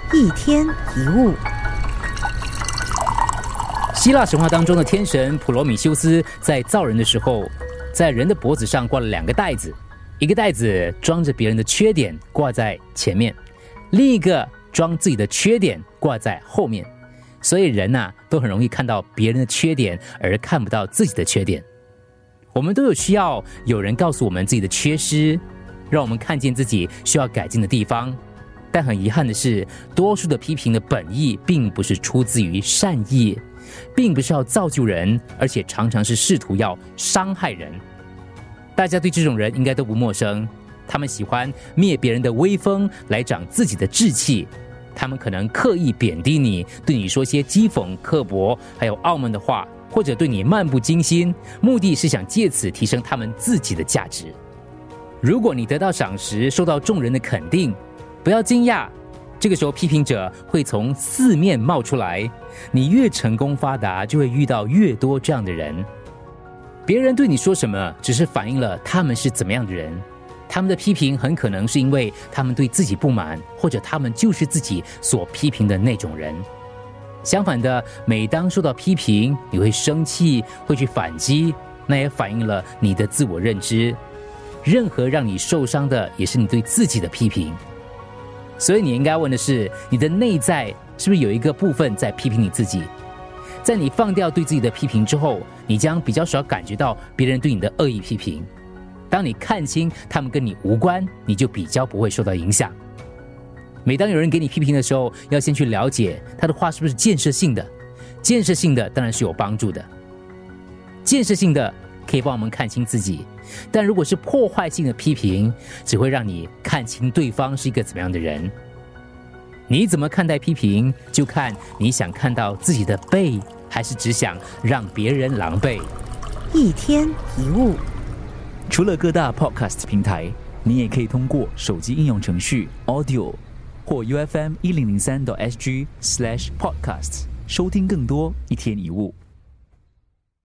一天一物。 希腊神话当中的天神普罗米修斯在造人的时候，在人的脖子上挂了2个袋子，一个袋子装着别人的缺点挂在前面，另一个装自己的缺点挂在后面。所以人都很容易看到别人的缺点，而看不到自己的缺点。我们都有需要有人告诉我们自己的缺失，让我们看见自己需要改进的地方。但很遗憾的是，多数的批评的本意并不是出自于善意，并不是要造就人，而且常常是试图要伤害人。大家对这种人应该都不陌生，他们喜欢灭别人的威风来长自己的志气。他们可能刻意贬低你，对你说些讥讽、刻薄还有傲慢的话，或者对你漫不经心，目的是想借此提升他们自己的价值。如果你得到赏识，受到众人的肯定，不要惊讶，这个时候批评者会从四面冒出来。你越成功发达，就会遇到越多这样的人。别人对你说什么，只是反映了他们是怎么样的人。他们的批评很可能是因为他们对自己不满，或者他们就是自己所批评的那种人。相反的，每当受到批评，你会生气，会去反击，那也反映了你的自我认知。任何让你受伤的，也是你对自己的批评。所以你应该问的是，你的内在是不是有一个部分在批评你自己？在你放掉对自己的批评之后，你将比较少感觉到别人对你的恶意批评。当你看清他们跟你无关，你就比较不会受到影响。每当有人给你批评的时候，要先去了解他的话是不是建设性的。建设性的当然是有帮助的，建设性的可以帮我们看清自己，但如果是破坏性的批评，只会让你看清对方是一个怎么样的人。你怎么看待批评，就看你想看到自己的背，还是只想让别人狼狈。 一天一物。 除了各大 podcast 平台，你也可以通过手机应用程序 Audio 或 UFM1003.SG/podcast 收听更多一天一物。